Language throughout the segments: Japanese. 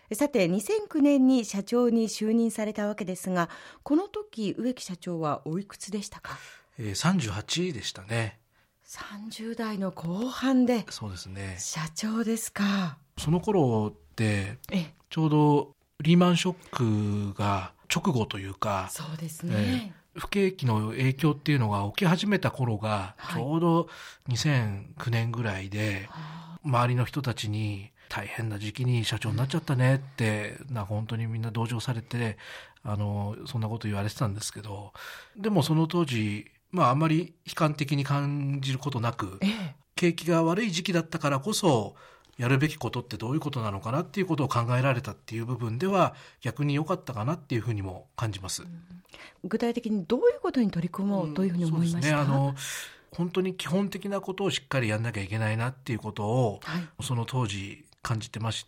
さて、2009年に社長に就任されたわけですが、この時植木社長はおいくつでしたか ？38でしたね。 30代の後半で。 そうですね。 社長ですか。 その頃ってちょうどリーマンショックが直後というか、 そうですね、 不景気の影響っていうのが起き始めた頃がちょうど2009年ぐらいで、周りの人たちに大変な時期に社長になっちゃったねって、本当にみんな同情されて、そんなこと言われてたんですけど、でもその当時あまり悲観的に感じることなく、景気が悪い時期だったからこそやるべきことってどういうことなのかなっていうことを考えられたっていう部分では逆に良かったかなっていうふうにも感じます。 具体的にどういうことに取り組もうというふうに思いました？ そうですね、本当に基本的なことをしっかりやんなきゃいけないなっていうことを、その当時感じてまして、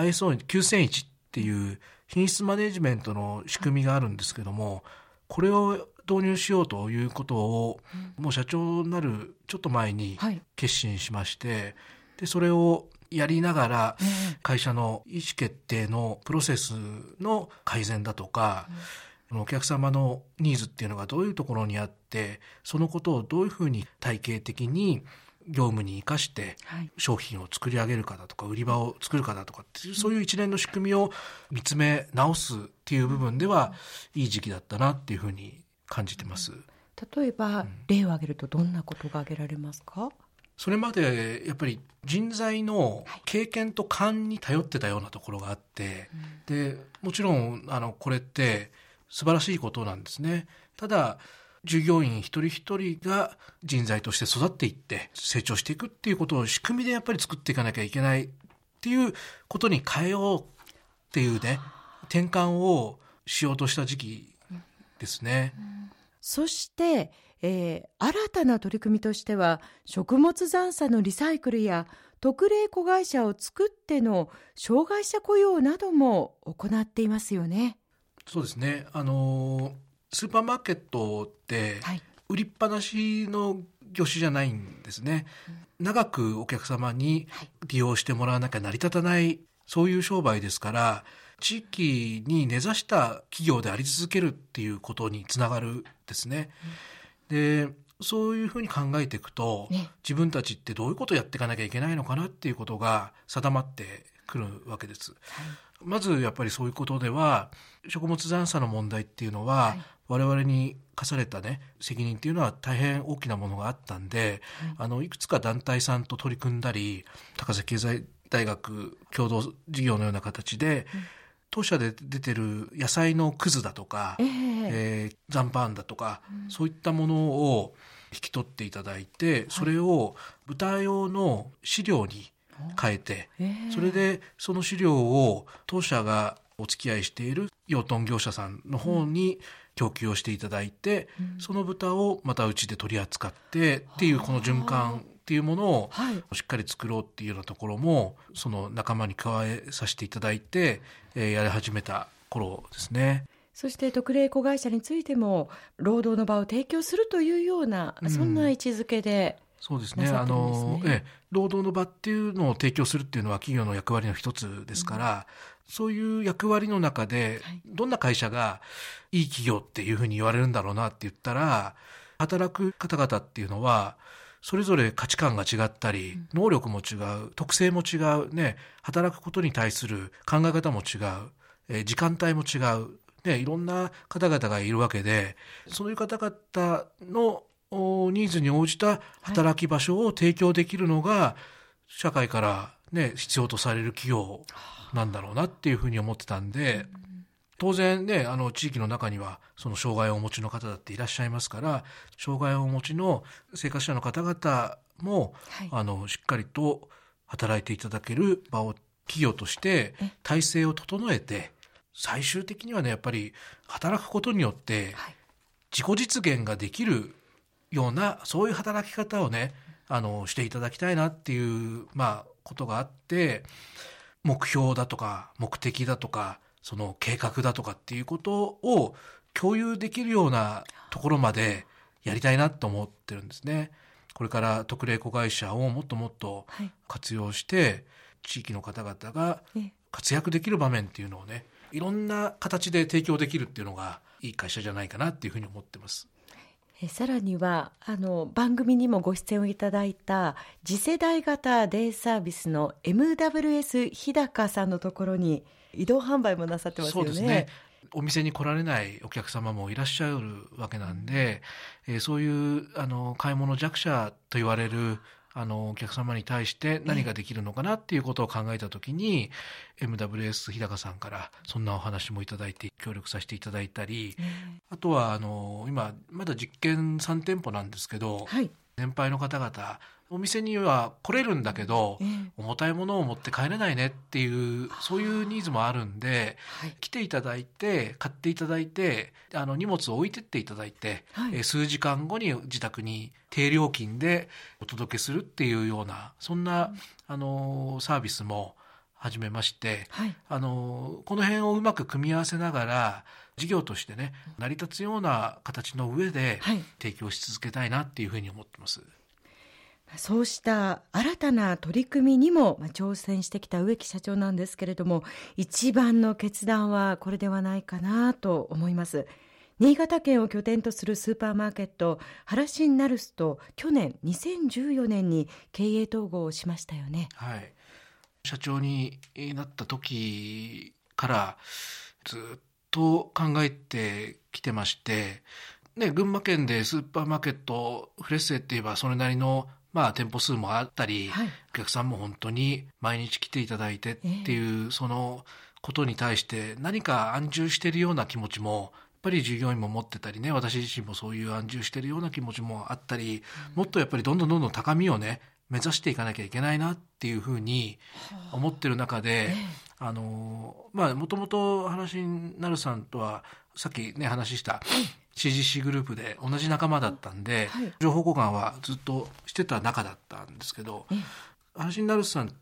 ISO9001 っていう品質マネジメントの仕組みがあるんですけども、これを導入しようということを、もう社長になるちょっと前に決心しまして、でそれをやりながら会社の意思決定のプロセスの改善だとか、お客様のニーズっていうのがどういうところにあって、そのことをどういうふうに体系的に業務に生かして商品を作り上げるかだとか、売り場を作るかだとかっていう、そういう一連の仕組みを見つめ直すっていう部分ではいい時期だったなっていうふうに感じてます。 例えば例を挙げるとどんなことが挙げられますか？ それまでやっぱり人材の経験と勘に頼ってたようなところがあって、でもちろんこれって素晴らしいことなんですね。ただ従業員一人一人が人材として育っていって成長していくっていうことを仕組みでやっぱり作っていかなきゃいけないっていうことに変えようっていうね、転換をしようとした時期ですね。 そして、新たな取り組みとしては、食物残渣のリサイクルや特例子会社を作っての障害者雇用なども行っていますよね。 そうですね、スーパーマーケットって売りっぱなしの業種じゃないんですね、長くお客様に利用してもらわなきゃ成り立たない、そういう商売ですから、地域に根ざした企業であり続けるっていうことにつながるんですね。でそういうふうに考えていくと、自分たちってどういうことをやっていかなきゃいけないのかなっていうことが定まってくるわけです、まずやっぱりそういうことでは、食物残渣の問題っていうのは、我々に課された責任っていうのは大変大きなものがあったんで、いくつか団体さんと取り組んだり、高崎経済大学共同事業のような形で、当社で出てる野菜のくずだとか、残飯だとか、そういったものを引き取っていただいて、それを豚用の飼料に変えて、それでその飼料を当社がお付き合いしている養豚業者さんの方に供給をしていただいて、その豚をまたうちで取り扱ってっていう、この循環っていうものをしっかり作ろうっていうようなところも、その仲間に加えさせていただいて、やり始めた頃ですね。 そして特例子会社についても労働の場を提供するというような、そんな位置づけでそうですね、 なさってるんですね。 労働の場っていうのを提供するっていうのは企業の役割の一つですから、そういう役割の中でどんな会社がいい企業っていうふうに言われるんだろうなって言ったら、働く方々っていうのはそれぞれ価値観が違ったり、能力も違う、特性も違う、働くことに対する考え方も違う、時間帯も違う、いろんな方々がいるわけで、そういう方々のニーズに応じた働き場所を提供できるのが、社会から必要とされる企業なんだろうなっていうふうに思ってたんで、当然地域の中にはその障害をお持ちの方だっていらっしゃいますから、障害をお持ちの生活者の方々も、しっかりと働いていただける場を企業として体制を整えて、最終的にはやっぱり働くことによって自己実現ができるような、そういう働き方をしていただきたいなっていうことがあって、目標だとか目的だとかその計画だとかっていうことを共有できるようなところまでやりたいなと思ってるんですね。これから特例子会社をもっともっと活用して、地域の方々が活躍できる場面っていうのをね、いろんな形で提供できるっていうのがいい会社じゃないかなっていうふうに思ってます。 さらには番組にもご出演をいただいた次世代型デイサービスの MWS 日高さんのところに移動販売もなさってますよね。 そうですね。お店に来られないお客様もいらっしゃるわけなんで、そういう買い物弱者と言われるお客様に対して何ができるのかなっていうことを考えたときに、MWS 日高さんからそんなお話もいただいて協力させていただいたり、あとは今まだ実験3店舗なんですけど、 はい、 年配の方々お店には来れるんだけど、重たいものを持って帰れないねっていうそういうニーズもあるんで、来ていただいて買っていただいて荷物を置いてっていただいて、数時間後に自宅に低料金でお届けするっていうようなそんなサービスも始めまして、この辺をうまく組み合わせながら事業としてね成り立つような形の上で提供し続けたいなっていうふうに思ってます。 そうした新たな取り組みにも挑戦してきた植木社長なんですけれども、一番の決断はこれではないかなと思います。新潟県を拠点とするスーパーマーケット原新ナルスと去年2014年に経営統合をしましたよね。 はい、社長になった時からずっと考えてきてまして、群馬県でスーパーマーケットフレッセっていえばそれなりの店舗数もあったり、お客さんも本当に毎日来ていただいてっていう、そのことに対して何か安住しているような気持ちもやっぱり従業員も持ってたりね、私自身もそういう安住しているような気持ちもあったり、もっとやっぱりどんどん高みをね目指していかなきゃいけないなっていうふうに思ってる中で、もともと話になるさんとはさっきね話したCGC グループで同じ仲間だったんで、情報交換はずっとしてた仲だったんですけど、話になるさんって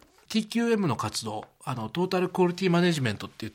TQM の活動トータルクオリティマネジメントって言って、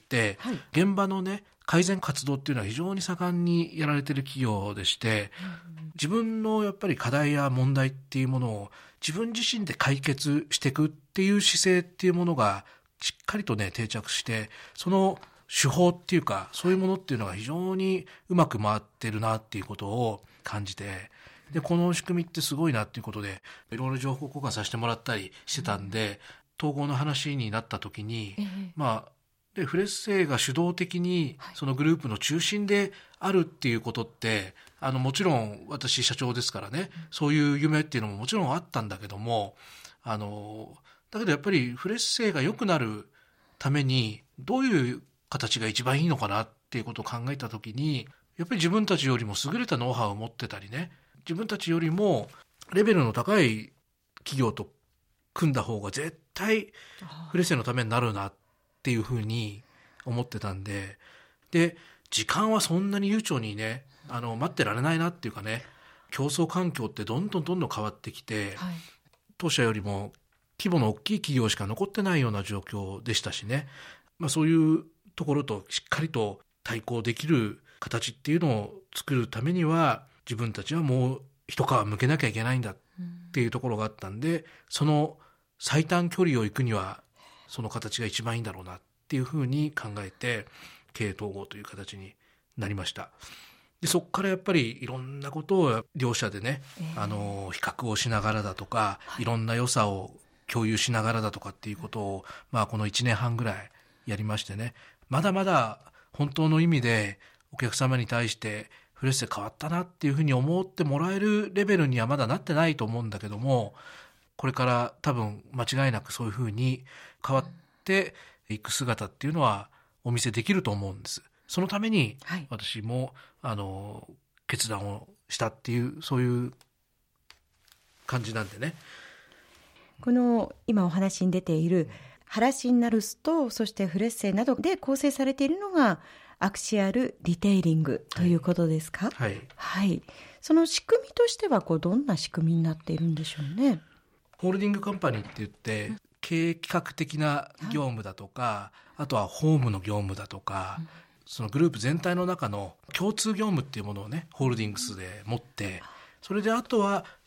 現場のね改善活動っていうのは非常に盛んにやられてる企業でして、自分のやっぱり課題や問題っていうものを自分自身で解決していくっていう姿勢っていうものがしっかりとね定着して、その手法っていうかそういうものっていうのが非常にうまく回ってるなっていうことを感じて、でこの仕組みってすごいなっていうことでいろいろ情報交換させてもらったりしてたんで、統合の話になった時に、でフレッセが主導的にそのグループの中心であるっていうことって、もちろん私社長ですからね、そういう夢っていうのももちろんあったんだけども、だけどやっぱりフレッセが良くなるためにどういう形が一番いいのかなっていうことを考えたときに、やっぱり自分たちよりも優れたノウハウを持ってたりね、自分たちよりもレベルの高い企業と組んだ方が絶対フレッセのためになるなっていうふうに思ってたんで、で時間はそんなに悠長にね待ってられないなっていうかね、競争環境ってどんどん変わってきて、当社よりも規模の大きい企業しか残ってないような状況でしたしね、そういうところとしっかりと対抗できる形っていうのを作るためには自分たちはもう一皮向けなきゃいけないんだっていうところがあったんで、その最短距離を行くにはその形が一番いいんだろうなっていうふうに考えて経営統合という形になりました。でそこからやっぱりいろんなことを両社でね、比較をしながらだとか、いろんな良さを共有しながらだとかっていうことを、この1年半ぐらいやりましてね、まだまだ本当の意味でお客様に対してフレッセ変わったなっていうふうに思ってもらえるレベルにはまだなってないと思うんだけども、これから多分間違いなくそういうふうに変わっていく姿っていうのはお見せできると思うんです。そのために私も、決断をしたっていうそういう感じなんでね。 この今お話に出ている原新ナルスとそしてフレッセなどで構成されているのがアクシアルリテイリングということですか？その仕組みとしてはどんな仕組みになっているんでしょうね。 ホールディングカンパニーって言って経営企画的な業務だとか、あとはホームの業務だとか、そのグループ全体の中の共通業務っていうものをねホールディングスで持って、それであとは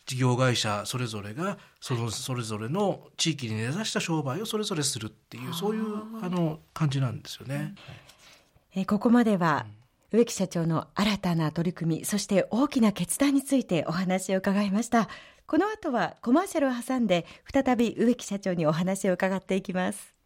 事業会社それぞれがそれぞれの地域に根ざした商売をそれぞれするっていう、そういう感じなんですよね。 ここまでは植木社長の新たな取り組み、そして大きな決断についてお話を伺いました。この後はコマーシャルを挟んで再び植木社長にお話を伺っていきます。